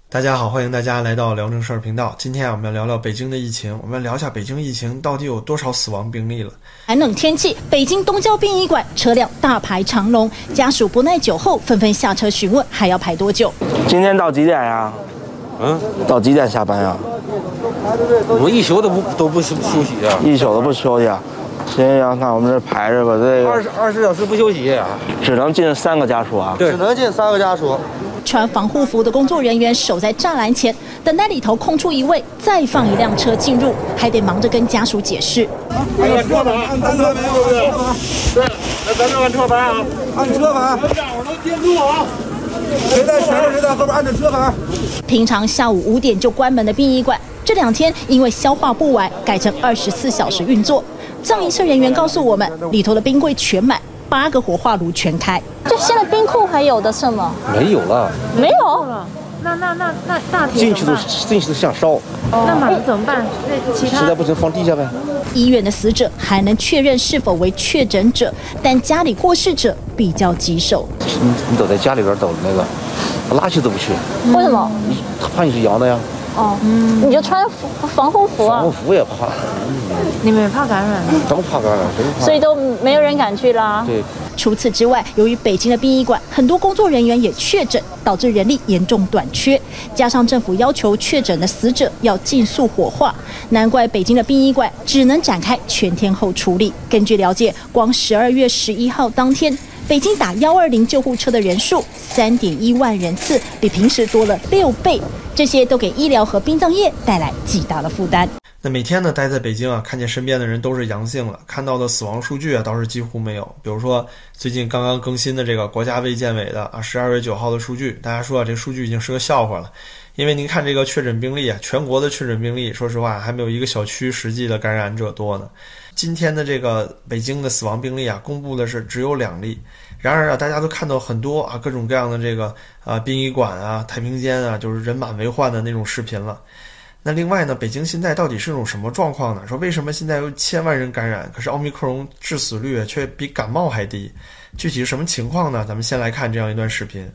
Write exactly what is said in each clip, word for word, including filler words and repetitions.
大家好，欢迎大家来到聊正事儿频道。今天啊，我们要聊聊北京的疫情，我们聊一下北京疫情到底有多少死亡病例了。 寒冷天气，北京东郊殡仪馆车辆大排长龙，家属不耐久候，纷纷下车询问还要排多久。 今天到几点呀？嗯，到几点下班呀？ 我一宿都不都不休休息啊， 一宿都不休息啊。行行，那我们这排着吧，这个二十二十小时不休息啊， 只能进三个家属啊。 对， 只能进三个家属。 穿防护服的工作人员守在栅栏前，等待里头空出一位，再放一辆车进入，还得忙着跟家属解释。 按车牌，按单车牌，对不对？对，那咱就按车牌啊，按车牌。家伙都接住啊！谁在前面，谁在后边，按着车牌。 平常下午五点就关门的殡仪馆，这两天因为消化不完，改成二十四小时运作。葬仪社人员告诉我们，里头的冰柜全满，八个火化炉全开。 就现在冰库还有的是吗？ 没有了， 没有了。 那那那那大体进去都进去都想烧， 那满了怎么办？那其他实在不行放地下呗。 医院的死者还能确认是否为确诊者，但家里过世者比较棘手。 你你都在家里边等那个，拉去都不去。 为什么？ 你怕你是阳的呀？ 哦，嗯，你就穿防护服啊。 防护服也怕。 你们也怕感染？ 都怕感染，谁怕？ 所以都没有人敢去啦。 对。 除此之外，由于北京的殡仪馆很多工作人员也确诊，导致人力严重短缺，加上政府要求确诊的死者要尽速火化，难怪北京的殡仪馆只能展开全天候处理。根据了解，光十二月十一号当天，北京打一二零救护车的人数三点一万人次，比平时多了六倍，这些都给医疗和殡葬业带来极大的负担。 那每天呢，待在北京啊，看见身边的人都是阳性了，看到的死亡数据啊，倒是几乎没有。比如说最近刚刚更新的这个国家卫健委的啊十二月九号的数据，大家说啊，这个数据已经是个笑话了。因为您看这个确诊病例啊，全国的确诊病例，说实话还没有一个小区实际的感染者多呢。今天的这个北京的死亡病例啊，公布的是只有两例。然而啊，大家都看到很多啊各种各样的这个啊殡仪馆啊、太平间啊，就是人满为患的那种视频了。那另外呢，北京现在到底是种什么状况呢？说为什么现在有千万人感染，可是奥密克戎致死率却比感冒还低？具体是什么情况呢？咱们先来看这样一段视频。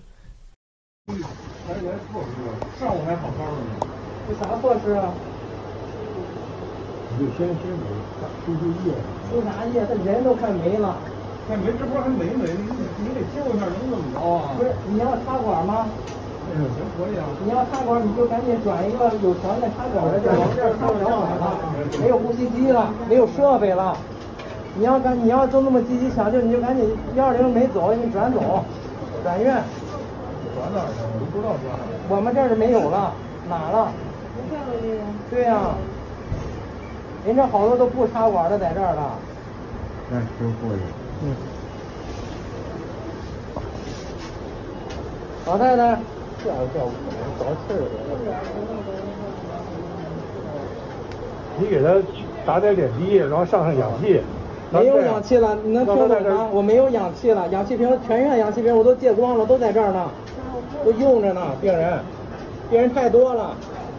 上午还好好的呢， 有啥措施啊？ 你就先先给输输液， 输啥液？这人都快没了。 快没，这不是还没没？你你得救一下，能怎么着啊？ 不是，你要插管吗？ 哎呦，行可以啊。 你要插管，你就赶紧转一个有条件插管的地儿，我们这儿插不了管了，没有呼吸机了，没有设备了。你要赶，你要都那么积极抢救，你就赶紧一二零没走，你转走，转院。 转哪儿去？我都不知道转哪儿。 我们这儿是没有了，哪了？不上了这个。对呀、啊，人这好多都不插管的在这儿了。 来，给我过去。 嗯。老太太。叫叫着气儿了。 你给他打点点滴，然后上上氧气。 没有氧气了，你能听懂吗？我没有氧气了，氧气瓶全院氧气瓶我都借光了，都在这儿呢，都用着呢。病人，病人太多了。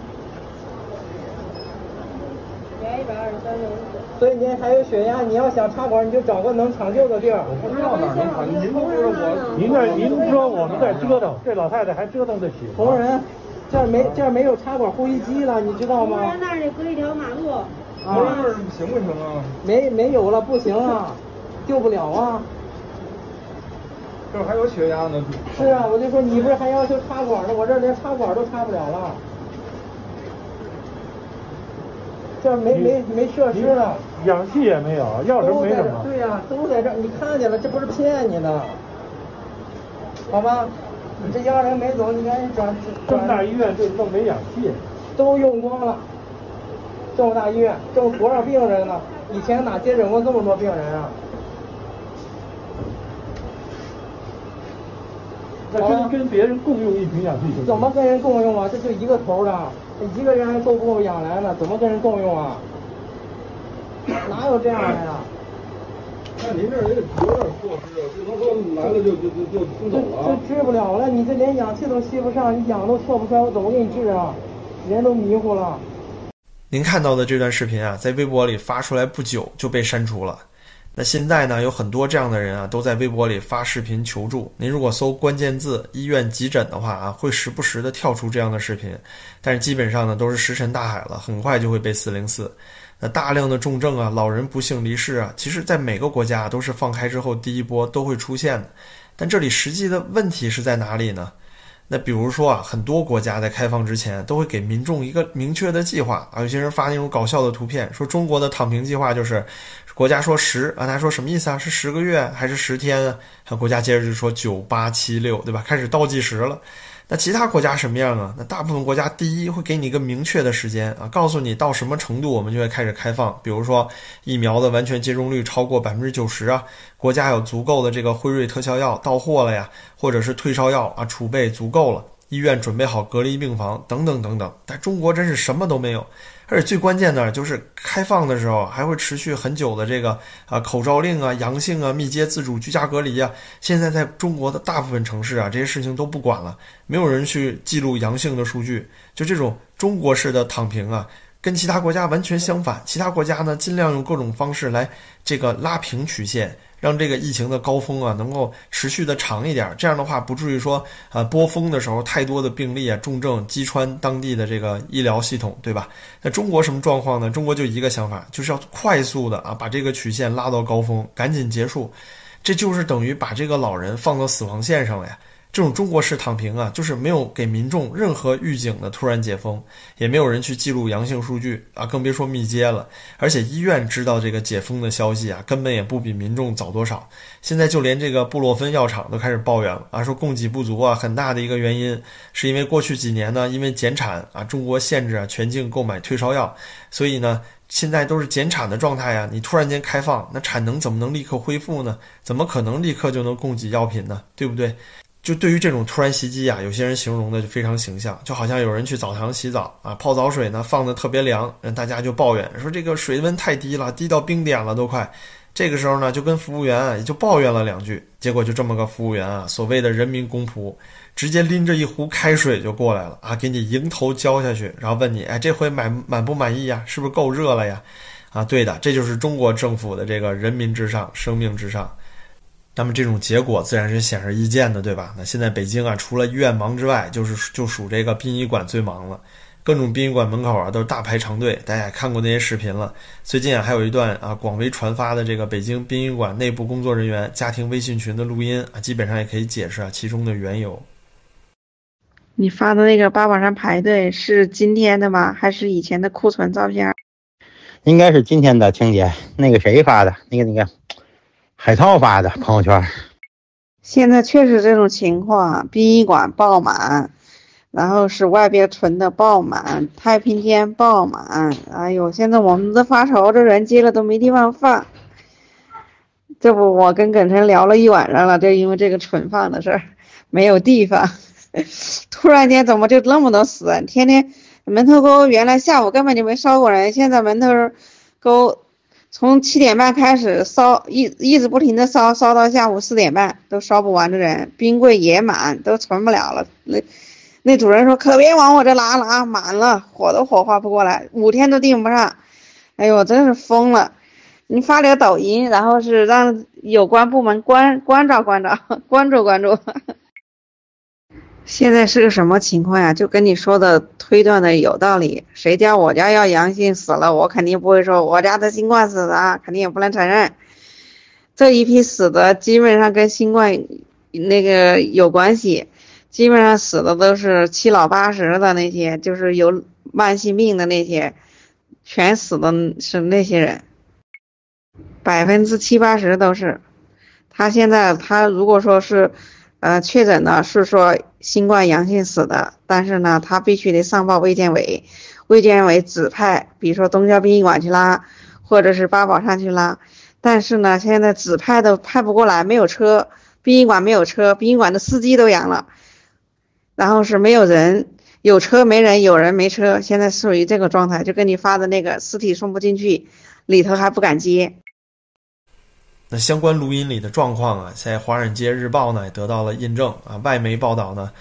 血压一百二十三分。所以您还有血压，你要想插管，你就找个能抢救的地儿。 我不知道哪儿能插，您都知道我。 您这您说我们在折腾，这老太太还折腾得起吗？ 同仁，这儿没这儿没有插管呼吸机了，你知道吗？ 同仁那儿得隔一条马路。 同仁那儿行不行啊？ 没没有了，不行啊，救不了啊。 这儿还有血压呢。 是啊，我就说你不是还要求插管呢，我这儿连插管都插不了了。这没没没设施了， 氧气也没有，药什么没什么。 对呀、啊，都在这儿，你看见了，这不是骗你的，好吧？你这幺二零没走，你赶紧转。 这么大医院就弄没氧气， 都用光了。这么大医院，这么多少病人呢？以前哪接诊过这么多病人啊？ 那跟跟别人共用一瓶氧气就怎么跟人共用啊？这就一个头的，一个人还够不够养来呢？怎么跟人共用啊？哪有这样的呀？ 那您这儿也得有点措施啊，不能说来了就就就就冲走了。 这治不了了，你这连氧气都吸不上，你氧都测不出来，我怎么给你治啊？人都迷糊了。 您看到的这段视频啊，在微博里发出来不久就被删除了。 那现在呢，有很多这样的人啊，都在微博里发视频求助。您如果搜关键字医院急诊的话啊，会时不时的跳出这样的视频，但是基本上呢都是石沉大海了，很快就会被四零四。那大量的重症啊，老人不幸离世啊，其实在每个国家都是放开之后第一波都会出现的。但这里实际的问题是在哪里呢？那比如说啊，很多国家在开放之前都会给民众一个明确的计划啊，有些人发那种搞笑的图片，说中国的躺平计划就是国家说十啊，他说什么意思啊？是十个月还是十天啊？国家接着就说九八七六，对吧？开始倒计时了。那其他国家什么样啊？那大部分国家第一会给你一个明确的时间啊，告诉你到什么程度我们就会开始开放，比如说疫苗的完全接种率超过 百分之九十 啊，国家有足够的这个辉瑞特效药到货了呀，或者是退烧药啊储备足够了，医院准备好隔离病房等等等等。但中国真是什么都没有。而且最关键的就是开放的时候还会持续很久的这个啊口罩令啊、阳性啊、密接自主居家隔离啊，现在在中国的大部分城市啊，这些事情都不管了，没有人去记录阳性的数据，就这种中国式的躺平啊，跟其他国家完全相反。其他国家呢，尽量用各种方式来这个拉平曲线，让这个疫情的高峰啊能够持续的长一点，这样的话不至于说啊波峰的时候太多的病例啊重症击穿当地的这个医疗系统，对吧？那中国什么状况呢？中国就一个想法，就是要快速的啊把这个曲线拉到高峰，赶紧结束，这就是等于把这个老人放到死亡线上了呀。这种中国式躺平啊，就是没有给民众任何预警的突然解封，也没有人去记录阳性数据啊，更别说密接了。而且医院知道这个解封的消息啊，根本也不比民众早多少。现在就连这个布洛芬药厂都开始抱怨了啊，说供给不足啊，很大的一个原因是因为过去几年呢，因为减产啊，中国限制啊全境购买退烧药，所以呢现在都是减产的状态呀。你突然间开放，那产能怎么能立刻恢复呢？怎么可能立刻就能供给药品呢？对不对？就对于这种突然袭击啊，有些人形容的就非常形象，就好像有人去澡堂洗澡啊，泡澡水呢放的特别凉，大家就抱怨说这个水温太低了，低到冰点了都快。这个时候呢，就跟服务员啊也就抱怨了两句，结果就这么个服务员啊，所谓的人民公仆，直接拎着一壶开水就过来了啊，给你迎头浇下去，然后问你，哎，这回满满不满意呀？是不是够热了呀？啊，对的，这就是中国政府的这个人民至上，生命至上。那么这种结果自然是显而易见的，对吧？那现在北京啊，除了医院忙之外，就是就属这个殡仪馆最忙了。各种殡仪馆门口啊都是大排长队，大家也看过那些视频了。最近啊还有一段啊广为传发的这个北京殡仪馆内部工作人员家庭微信群的录音啊，基本上也可以解释啊其中的缘由。 你发的那个八宝山排队是今天的吗？还是以前的库存照片？ 应该是今天的，青姐，那个谁发的？那个那个。海涛发的朋友圈。 现在确实这种情况，殡仪馆爆满，然后是外边存的爆满，太平间爆满。哎呦，现在我们都发愁，这人接了都没地方放。这不，我跟耿晨聊了一晚上了，就因为这个存放的事儿，没有地方。突然间怎么就那么多死人？天天门头沟原来下午根本就没烧过人，现在门头沟从七点半开始烧，一一直不停的烧，烧到下午四点半都烧不完的人，冰柜也满，都存不了了。那那主人说可别往我这拉了啊，满了，火都火化不过来，五天都订不上。哎呦，真是疯了！你发了个抖音，然后是让有关部门关关照关照，关注关注。现在是个什么情况呀？就跟你说的推断的有道理。谁家我家要阳性死了，我肯定不会说我家的新冠死的啊，肯定也不能承认。这一批死的基本上跟新冠那个有关系，基本上死的都是七老八十的那些，就是有慢性病的那些，全死的是那些人，百分之七八十都是。他现在他如果说是呃，确诊的是说新冠阳性死的，但是呢，他必须得上报卫健委，卫健委指派，比如说东郊殡仪馆去拉，或者是八宝山去拉。但是呢，现在指派都派不过来，没有车，殡仪馆没有车，殡仪馆的司机都阳了，然后是没有人，有车没人，有人没车，现在属于这个状态，就跟你发的那个尸体送不进去，里头还不敢接。 那相关录音里的状况啊，在《华尔街日报》呢也得到了印证啊。外媒报道呢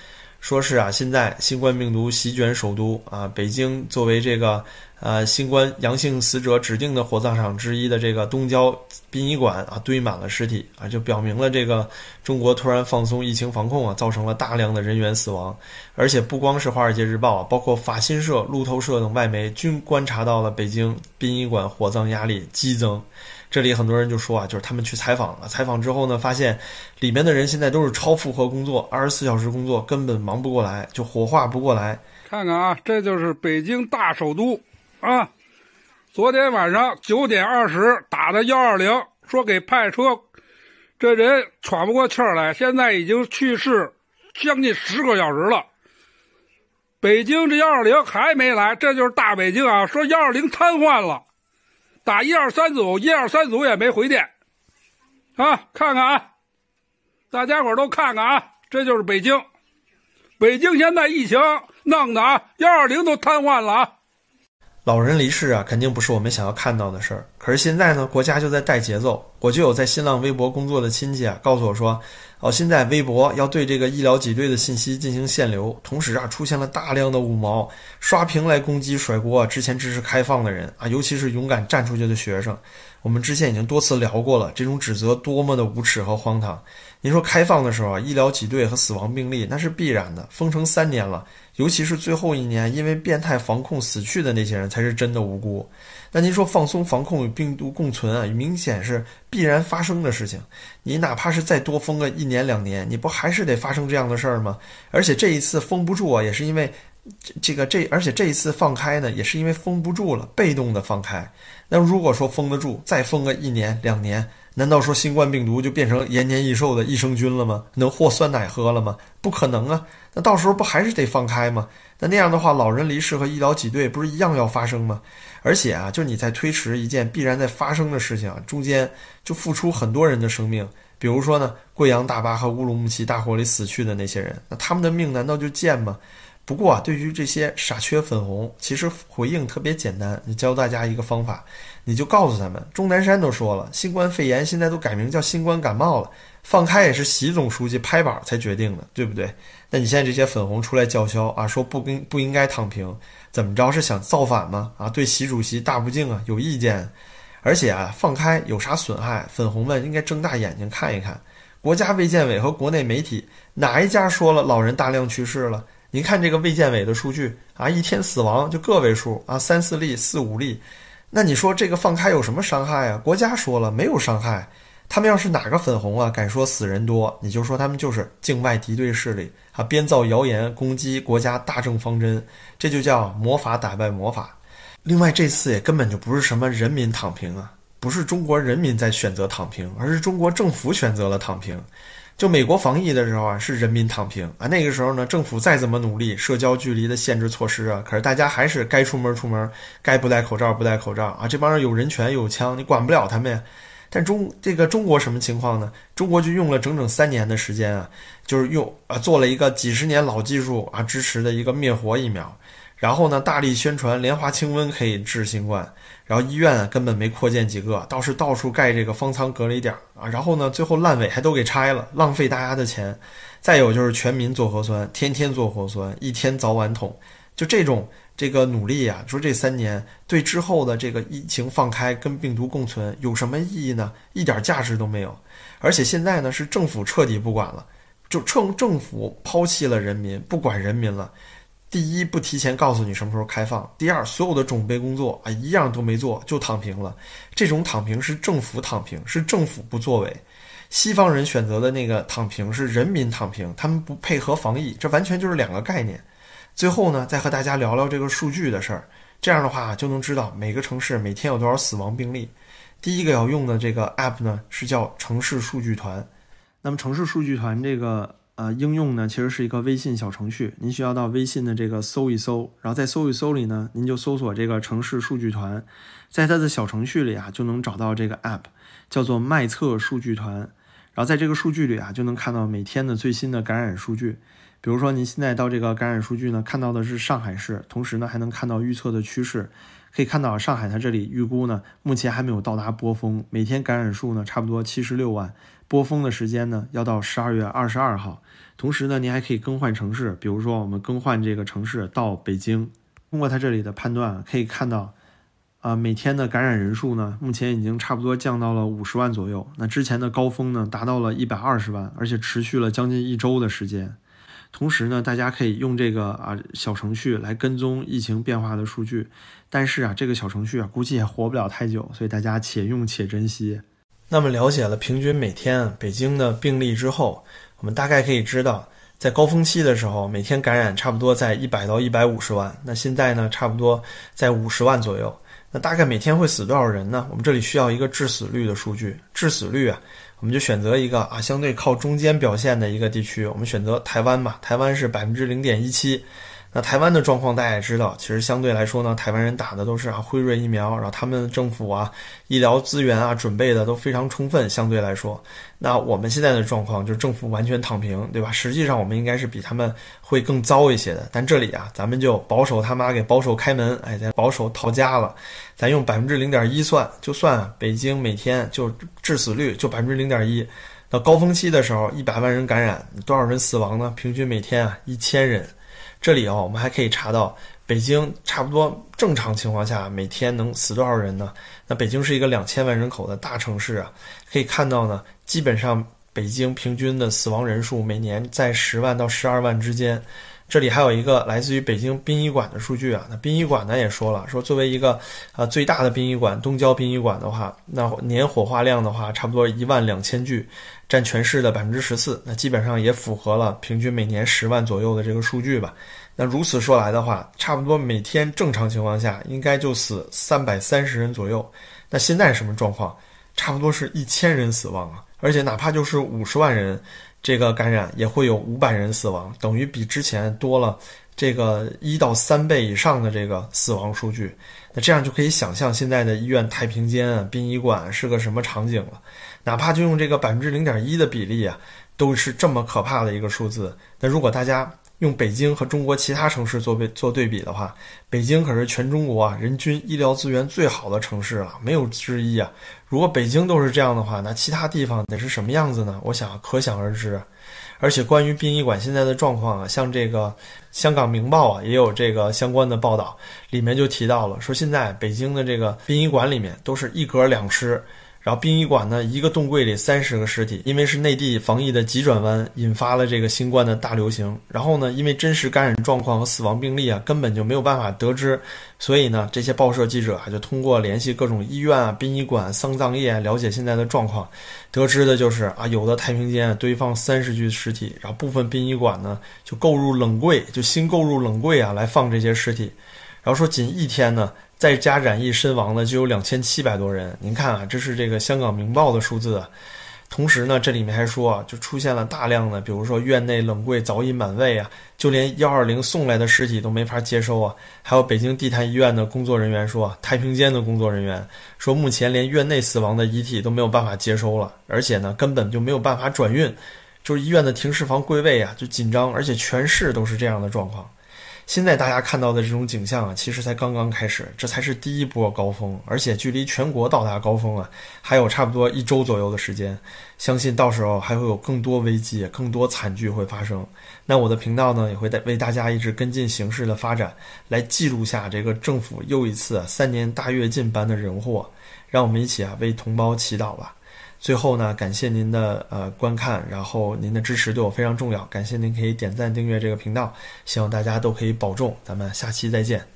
说是啊，现在新冠病毒席卷首都啊，北京作为这个呃新冠阳性死者指定的火葬场之一的这个东郊殡仪馆啊，堆满了尸体啊，就表明了这个中国突然放松疫情防控啊，造成了大量的人员死亡。而且不光是《华尔街日报》啊，包括法新社、路透社等外媒均观察到了北京殡仪馆火葬压力激增。这里很多人就说啊，就是他们去采访了，采访之后呢，发现里面的人现在都是超负荷工作，二十四小时工作，根本忙不过来，就火化不过来。 看看啊，这就是北京大首都啊！昨天晚上九点二十打的幺二零，说给派车，这人喘不过气儿来，现在已经去世将近十个小时了。北京这幺二零还没来，这就是大北京啊！说幺二零瘫痪了。打一二三组，一二三组也没回电，啊，看看啊，大家伙都看看啊，这就是北京，北京现在疫情弄的啊，幺二零都瘫痪了啊。 老人离世啊，肯定不是我们想要看到的事儿。可是现在呢，国家就在带节奏。我就有在新浪微博工作的亲戚啊，告诉我说，哦，现在微博要对这个医疗挤兑的信息进行限流，同时啊，出现了大量的五毛刷屏来攻击甩锅之前支持开放的人啊，尤其是勇敢站出去的学生。我们之前已经多次聊过了，这种指责多么的无耻和荒唐。您说开放的时候啊，医疗挤兑和死亡病例那是必然的，封城三年了，尤其是最后一年因为变态防控死去的那些人才是真的无辜。那您说放松防控与病毒共存啊，明显是必然发生的事情。你哪怕是再多封个一年两年，你不还是得发生这样的事儿吗？而且这一次封不住啊，也是因为这个这，而且这一次放开呢，也是因为封不住了，被动的放开。那如果说封得住，再封个一年两年，难道说新冠病毒就变成延年益寿的益生菌了吗？能和酸奶喝了吗？不可能啊！那到时候不还是得放开吗？那那样的话，老人离世和医疗挤兑不是一样要发生吗？而且啊，就你在推迟一件必然在发生的事情啊，中间就付出很多人的生命。比如说呢，贵阳大巴和乌鲁木齐大火里死去的那些人，那他们的命难道就贱吗？不过啊，对于这些傻缺粉红，其实回应特别简单，你教大家一个方法，你就告诉他们，钟南山都说了，新冠肺炎现在都改名叫新冠感冒了，放开也是习总书记拍板才决定的，对不对？那你现在这些粉红出来叫嚣啊，说不跟不应该躺平，怎么着是想造反吗？啊，对习主席大不敬啊，有意见。而且啊，放开有啥损害？粉红们应该睁大眼睛看一看，国家卫健委和国内媒体哪一家说了老人大量去世了？您看这个卫健委的数据啊，一天死亡就个位数啊，三四例、四五例。那你说这个放开有什么伤害啊？国家说了没有伤害。他们要是哪个粉红啊敢说死人多，你就说他们就是境外敌对势力啊，编造谣言攻击国家大政方针，这就叫魔法打败魔法。另外这次也根本就不是什么人民躺平啊，不是中国人民在选择躺平，而是中国政府选择了躺平。就美国防疫的时候啊，是人民躺平啊，那个时候呢，政府再怎么努力，社交距离的限制措施啊，可是大家还是该出门出门，该不戴口罩不戴口罩啊，这帮人有人权有枪，你管不了他们呀。但中这个中国什么情况呢？中国就用了整整三年的时间啊，就是用啊做了一个几十年老技术啊支持的一个灭活疫苗，然后呢大力宣传莲花清瘟可以治新冠，然后医院啊根本没扩建几个，倒是到处盖这个方舱隔离点啊，然后呢最后烂尾还都给拆了，浪费大家的钱。再有就是全民做核酸，天天做核酸，一天早晚捅，就这种这个努力啊，说这三年对之后的这个疫情放开跟病毒共存有什么意义呢？一点价值都没有。而且现在呢是政府彻底不管了，就政政府抛弃了人民，不管人民了。第一，不提前告诉你什么时候开放；第二，所有的准备工作啊一样都没做就躺平了。这种躺平是政府躺平，是政府不作为。西方人选择的那个躺平是人民躺平，他们不配合防疫，这完全就是两个概念。最后呢，再和大家聊聊这个数据的事儿，这样的话就能知道每个城市每天有多少死亡病例。第一个要用的这个 app 呢是叫城市数据团。那么城市数据团这个呃应用呢其实是一个微信小程序，您需要到微信的这个搜一搜，然后在搜一搜里呢您就搜索这个城市数据团，在它的小程序里啊就能找到这个 app 叫做麦测数据团，然后在这个数据里啊就能看到每天的最新的感染数据。比如说您现在到这个感染数据呢看到的是上海市，同时呢还能看到预测的趋势， 可以看到上海它这里预估呢，目前还没有到达波峰，每天感染数呢差不多七十六万，波峰的时间呢要到十二月二十二号。同时呢，您还可以更换城市，比如说我们更换这个城市到北京。通过它这里的判断可以看到，啊、呃，每天的感染人数呢，目前已经差不多降到了五十万左右。那之前的高峰呢，达到了一百二十万，而且持续了将近一周的时间。同时呢，大家可以用这个啊小程序来跟踪疫情变化的数据，但是啊，这个小程序啊估计也活不了太久，所以大家且用且珍惜。那么了解了平均每天北京的病例之后，我们大概可以知道，在高峰期的时候，每天感染差不多在一百到一百五十万，那现在呢，差不多在五十万左右。那大概每天会死多少人呢？我们这里需要一个致死率的数据。致死率啊，我们就选择一个啊相对靠中间表现的一个地区，我们选择台湾嘛，台湾是 百分之零点一七。那台湾的状况大家也知道，其实相对来说呢，台湾人打的都是啊辉瑞疫苗，然后他们政府啊医疗资源啊准备的都非常充分，相对来说。那我们现在的状况就是政府完全躺平，对吧？实际上我们应该是比他们会更糟一些的，但这里啊咱们就保守他妈给保守开门，哎，咱保守逃家了，咱用 百分之零点一 算，就算啊北京每天就致死率就 百分之零点一， 到高峰期的时候一百万人感染，多少人死亡呢？平均每天啊一千人。这里啊，我们还可以查到北京差不多正常情况下每天能死多少人呢？那北京是一个两千万人口的大城市啊，可以看到呢，基本上北京平均的死亡人数每年在十万到十二万之间。这里还有一个来自于北京殡仪馆的数据啊，那殡仪馆呢也说了，说作为一个呃最大的殡仪馆，东郊殡仪馆的话，那年火化量的话差不多一万两千具，占全市的 百分之十四， 那基本上也符合了平均每年十万左右的这个数据吧。那如此说来的话，差不多每天正常情况下应该就死三百三十人左右。那现在什么状况？差不多是一千人死亡啊，而且哪怕就是五十万人这个感染也会有五百人死亡，等于比之前多了这个一到三倍以上的这个死亡数据。那这样就可以想象现在的医院太平间啊、殡仪馆是个什么场景了。哪怕就用这个 百分之零点一 的比例啊，都是这么可怕的一个数字。那如果大家用北京和中国其他城市做对做对比的话，北京可是全中国啊人均医疗资源最好的城市了，没有之一啊。如果北京都是这样的话，那其他地方得是什么样子呢？我想可想而知。而且关于殡仪馆现在的状况啊，像这个香港明报啊也有这个相关的报道，里面就提到了说，现在北京的这个殡仪馆里面都是一格两尸。然后殡仪馆呢，一个冻柜里三十个尸体，因为是内地防疫的急转弯，引发了这个新冠的大流行。然后呢，因为真实感染状况和死亡病例啊，根本就没有办法得知，所以呢，这些报社记者啊，就通过联系各种医院啊、殡仪馆、丧葬业了解现在的状况，得知的就是啊，有的太平间堆放三十具尸体，然后部分殡仪馆呢就购入冷柜，就新购入冷柜啊来放这些尸体。然后说仅一天呢，在家染疫身亡的就有两千七百多人。您看啊，这是这个香港明报的数字啊。同时呢，这里面还说啊，就出现了大量的，比如说院内冷柜早已满位啊，就连一二零送来的尸体都没法接收啊。还有北京地坛医院的工作人员说，太平间的工作人员说，目前连院内死亡的遗体都没有办法接收了，而且呢，根本就没有办法转运，就是医院的停尸房柜位啊就紧张，而且全市都是这样的状况。现在大家看到的这种景象啊，其实才刚刚开始，这才是第一波高峰，而且距离全国到达高峰啊，还有差不多一周左右的时间。相信到时候还会有更多危机、更多惨剧会发生。那我的频道呢，也会为大家一直跟进形势的发展，来记录下这个政府又一次啊三年大跃进般的人祸。让我们一起啊为同胞祈祷吧。最后呢，感谢您的呃观看，然后您的支持对我非常重要，感谢您可以点赞订阅这个频道，希望大家都可以保重，咱们下期再见。